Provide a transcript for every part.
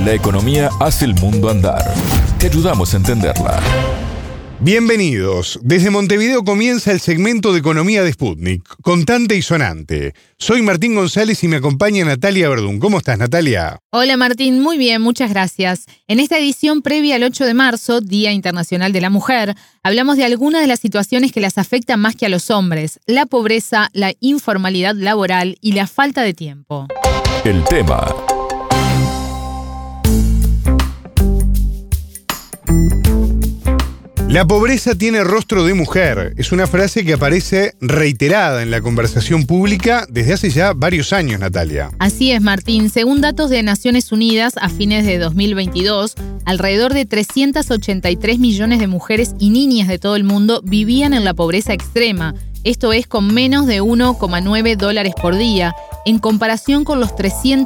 La economía hace el mundo andar. Te ayudamos a entenderla. Bienvenidos. Desde Montevideo comienza el segmento de economía de Sputnik, contante y sonante. Soy Martín González y me acompaña Natalia Verdún. ¿Cómo estás, Natalia? Hola, Martín. Muy bien, muchas gracias. En esta edición previa al 8 de marzo, Día Internacional de la Mujer, hablamos de algunas de las situaciones que las afectan más que a los hombres: la pobreza, la informalidad laboral y la falta de tiempo. El tema. La pobreza tiene rostro de mujer. Es una frase que aparece reiterada en la conversación pública desde hace ya varios años, Natalia. Así es, Martín. Según datos de Naciones Unidas, a fines de 2022, alrededor de 383 millones de mujeres y niñas de todo el mundo vivían en la pobreza extrema. Esto es con menos de $1,9 por día, en comparación con los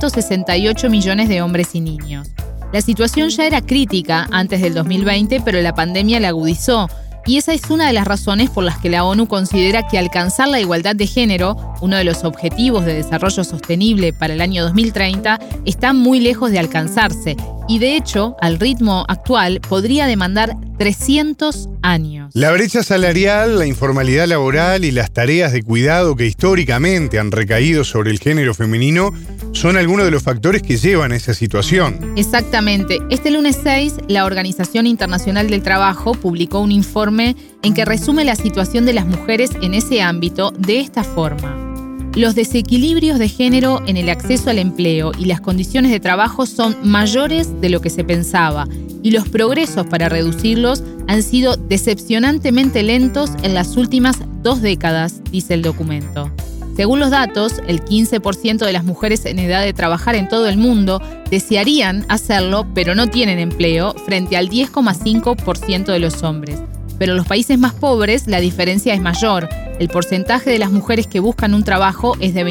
368 millones de hombres y niños. La situación ya era crítica antes del 2020, pero la pandemia la agudizó. Y esa es una de las razones por las que la ONU considera que alcanzar la igualdad de género, uno de los objetivos de desarrollo sostenible para el año 2030, está muy lejos de alcanzarse. Y de hecho, al ritmo actual, podría demandar 300 años. La brecha salarial, la informalidad laboral y las tareas de cuidado que históricamente han recaído sobre el género femenino son algunos de los factores que llevan a esa situación. Exactamente. Este lunes 6, la Organización Internacional del Trabajo publicó un informe en que resume la situación de las mujeres en ese ámbito de esta forma. Los desequilibrios de género en el acceso al empleo y las condiciones de trabajo son mayores de lo que se pensaba, y los progresos para reducirlos han sido decepcionantemente lentos en las últimas 2 décadas, dice el documento. Según los datos, el 15% de las mujeres en edad de trabajar en todo el mundo desearían hacerlo, pero no tienen empleo, frente al 10,5% de los hombres. Pero en los países más pobres la diferencia es mayor. El porcentaje de las mujeres que buscan un trabajo es de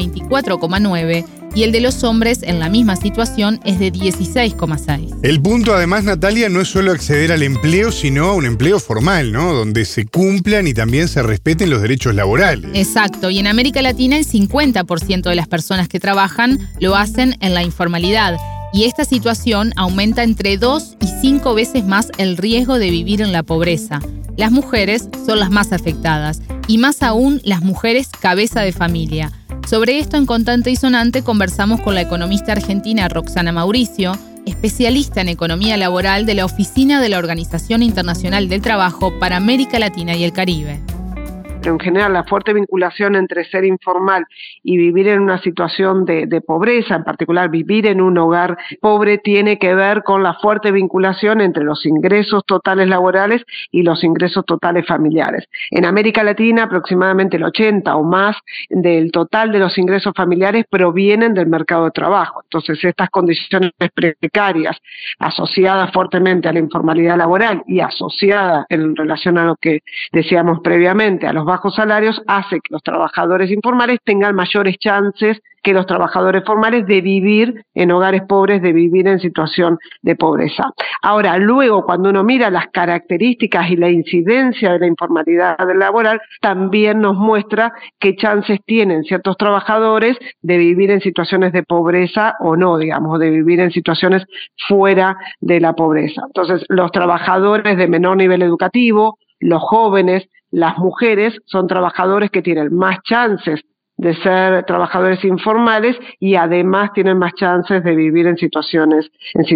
24,9% y el de los hombres en la misma situación es de 16,6%. El punto, además, Natalia, no es solo acceder al empleo, sino a un empleo formal, ¿no? Donde se cumplan y también se respeten los derechos laborales. Exacto, y en América Latina el 50% de las personas que trabajan lo hacen en la informalidad. Y esta situación aumenta entre 2 y 5 veces más el riesgo de vivir en la pobreza. Las mujeres son las más afectadas, y más aún las mujeres cabeza de familia. Sobre esto en Contante y Sonante conversamos con la economista argentina Roxana Mauricio, especialista en economía laboral de la Oficina de la Organización Internacional del Trabajo para América Latina y el Caribe. Pero en general la fuerte vinculación entre ser informal y vivir en una situación de pobreza, en particular vivir en un hogar pobre, tiene que ver con la fuerte vinculación entre los ingresos totales laborales y los ingresos totales familiares. En América Latina aproximadamente el 80 o más del total de los ingresos familiares provienen del mercado de trabajo. Entonces estas condiciones precarias asociadas fuertemente a la informalidad laboral y asociadas en relación a lo que decíamos previamente, a los bajos salarios, hace que los trabajadores informales tengan mayores chances que los trabajadores formales de vivir en hogares pobres, de vivir en situación de pobreza. Ahora, luego, cuando uno mira las características y la incidencia de la informalidad laboral, también nos muestra qué chances tienen ciertos trabajadores de vivir en situaciones de pobreza o no, digamos, de vivir en situaciones fuera de la pobreza. Entonces, los trabajadores de menor nivel educativo, los jóvenes, las mujeres son trabajadores que tienen más chances de ser trabajadores informales y además tienen más chances de vivir en situaciones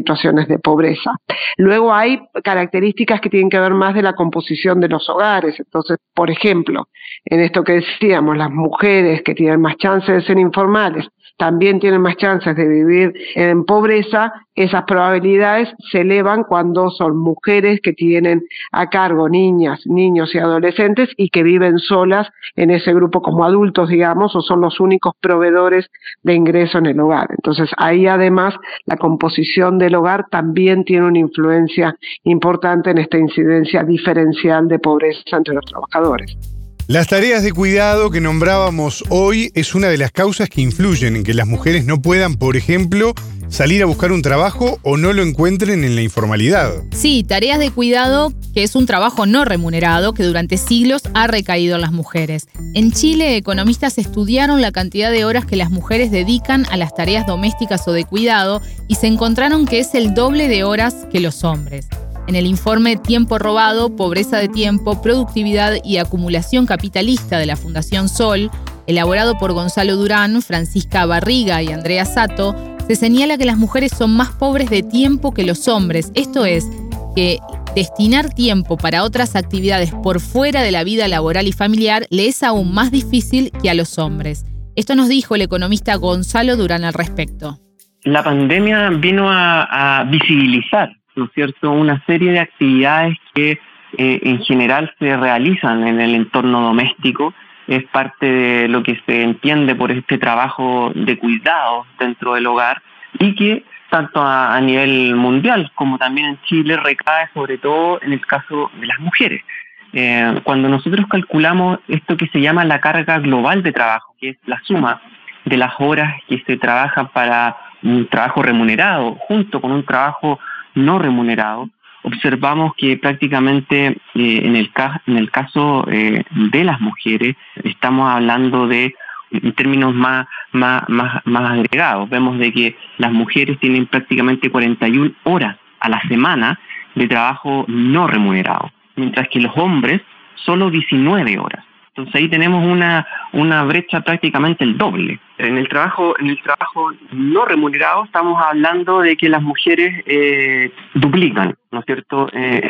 de pobreza. Luego hay características que tienen que ver más de la composición de los hogares. Entonces, por ejemplo, en esto que decíamos, las mujeres que tienen más chances de ser informales también tienen más chances de vivir en pobreza. Esas probabilidades se elevan cuando son mujeres que tienen a cargo niñas, niños y adolescentes y que viven solas en ese grupo como adultos, digamos, o son los únicos proveedores de ingreso en el hogar. Entonces, ahí además la composición del hogar también tiene una influencia importante en esta incidencia diferencial de pobreza entre los trabajadores. Las tareas de cuidado que nombrábamos hoy es una de las causas que influyen en que las mujeres no puedan, por ejemplo, salir a buscar un trabajo o no lo encuentren en la informalidad. Sí, tareas de cuidado que es un trabajo no remunerado que durante siglos ha recaído en las mujeres. En Chile, economistas estudiaron la cantidad de horas que las mujeres dedican a las tareas domésticas o de cuidado y se encontraron que es el doble de horas que los hombres. En el informe Tiempo robado, pobreza de tiempo, productividad y acumulación capitalista de la Fundación Sol, elaborado por Gonzalo Durán, Francisca Barriga y Andrea Sato, se señala que las mujeres son más pobres de tiempo que los hombres. Esto es, que destinar tiempo para otras actividades por fuera de la vida laboral y familiar le es aún más difícil que a los hombres. Esto nos dijo el economista Gonzalo Durán al respecto. La pandemia vino a visibilizar, ¿no es cierto?, una serie de actividades que en general se realizan en el entorno doméstico. Es parte de lo que se entiende por este trabajo de cuidado dentro del hogar y que tanto a nivel mundial como también en Chile recae sobre todo en el caso de las mujeres. Cuando nosotros calculamos esto que se llama la carga global de trabajo, que es la suma de las horas que se trabajan para un trabajo remunerado junto con un trabajo no remunerado, observamos que prácticamente en el caso de las mujeres estamos hablando de, en términos más agregados, vemos de que las mujeres tienen prácticamente 41 horas a la semana de trabajo no remunerado, mientras que los hombres solo 19 horas. Entonces ahí tenemos una brecha prácticamente el doble. En el trabajo no remunerado estamos hablando de que las mujeres duplican, ¿no es cierto?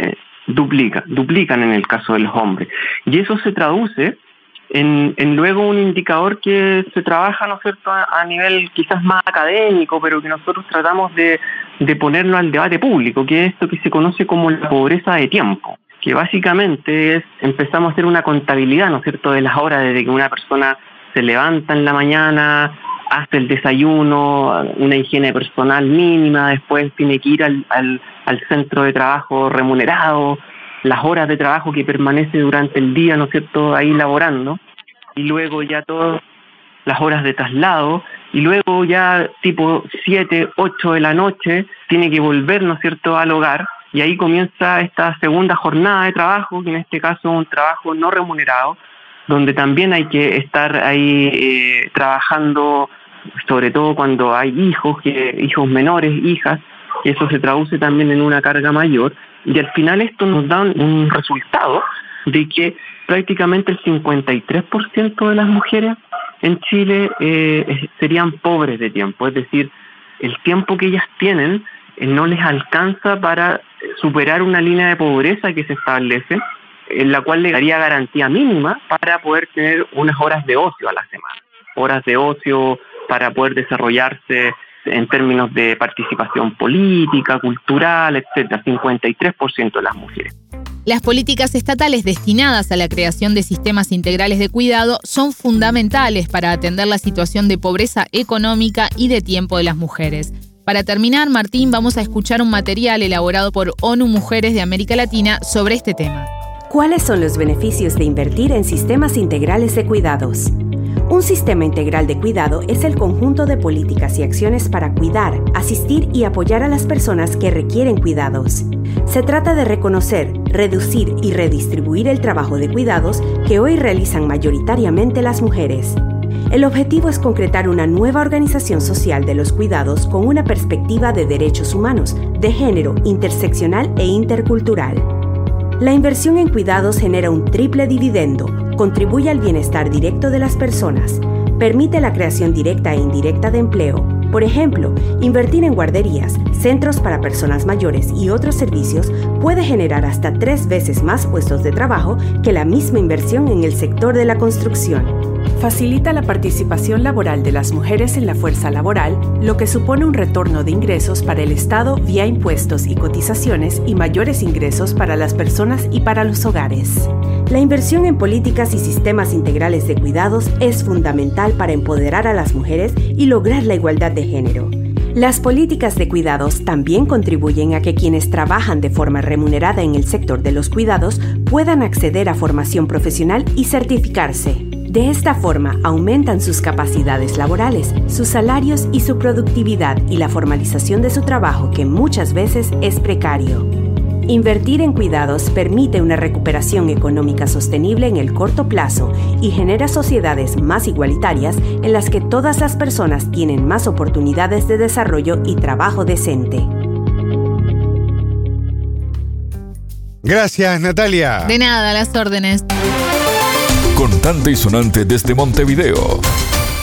Duplican en el caso de los hombres. Y eso se traduce en luego un indicador que se trabaja, ¿no es cierto?, a nivel quizás más académico, pero que nosotros tratamos de ponerlo al debate público, que es esto que se conoce como la pobreza de tiempo, que básicamente es, empezamos a hacer una contabilidad, ¿no es cierto?, de las horas desde que una persona se levanta en la mañana, hace el desayuno, una higiene personal mínima, después tiene que ir al centro de trabajo remunerado, las horas de trabajo que permanece durante el día, ¿no es cierto?, ahí laborando, y luego ya todas las horas de traslado, y luego ya tipo 7, 8 de la noche tiene que volver, ¿no es cierto?, al hogar, y ahí comienza esta segunda jornada de trabajo, que en este caso es un trabajo no remunerado, donde también hay que estar ahí trabajando, sobre todo cuando hay hijos menores, hijas, y eso se traduce también en una carga mayor, y al final esto nos da un resultado de que prácticamente el 53% de las mujeres en Chile serían pobres de tiempo, es decir, el tiempo que ellas tienen no les alcanza para superar una línea de pobreza que se establece, en la cual le daría garantía mínima para poder tener unas horas de ocio a la semana, horas de ocio para poder desarrollarse en términos de participación política, cultural, etcétera, 53% de las mujeres. Las políticas estatales destinadas a la creación de sistemas integrales de cuidado son fundamentales para atender la situación de pobreza económica y de tiempo de las mujeres. Para terminar, Martín, vamos a escuchar un material elaborado por ONU Mujeres de América Latina sobre este tema. ¿Cuáles son los beneficios de invertir en sistemas integrales de cuidados? Un sistema integral de cuidado es el conjunto de políticas y acciones para cuidar, asistir y apoyar a las personas que requieren cuidados. Se trata de reconocer, reducir y redistribuir el trabajo de cuidados que hoy realizan mayoritariamente las mujeres. El objetivo es concretar una nueva organización social de los cuidados con una perspectiva de derechos humanos, de género, interseccional e intercultural. La inversión en cuidados genera un triple dividendo, contribuye al bienestar directo de las personas, permite la creación directa e indirecta de empleo. Por ejemplo, invertir en guarderías, centros para personas mayores y otros servicios puede generar hasta 3 veces más puestos de trabajo que la misma inversión en el sector de la construcción. Facilita la participación laboral de las mujeres en la fuerza laboral, lo que supone un retorno de ingresos para el Estado vía impuestos y cotizaciones y mayores ingresos para las personas y para los hogares. La inversión en políticas y sistemas integrales de cuidados es fundamental para empoderar a las mujeres y lograr la igualdad de género. Las políticas de cuidados también contribuyen a que quienes trabajan de forma remunerada en el sector de los cuidados puedan acceder a formación profesional y certificarse. De esta forma, aumentan sus capacidades laborales, sus salarios y su productividad y la formalización de su trabajo, que muchas veces es precario. Invertir en cuidados permite una recuperación económica sostenible en el corto plazo y genera sociedades más igualitarias en las que todas las personas tienen más oportunidades de desarrollo y trabajo decente. Gracias, Natalia. De nada, a las órdenes. Contante y sonante desde Montevideo.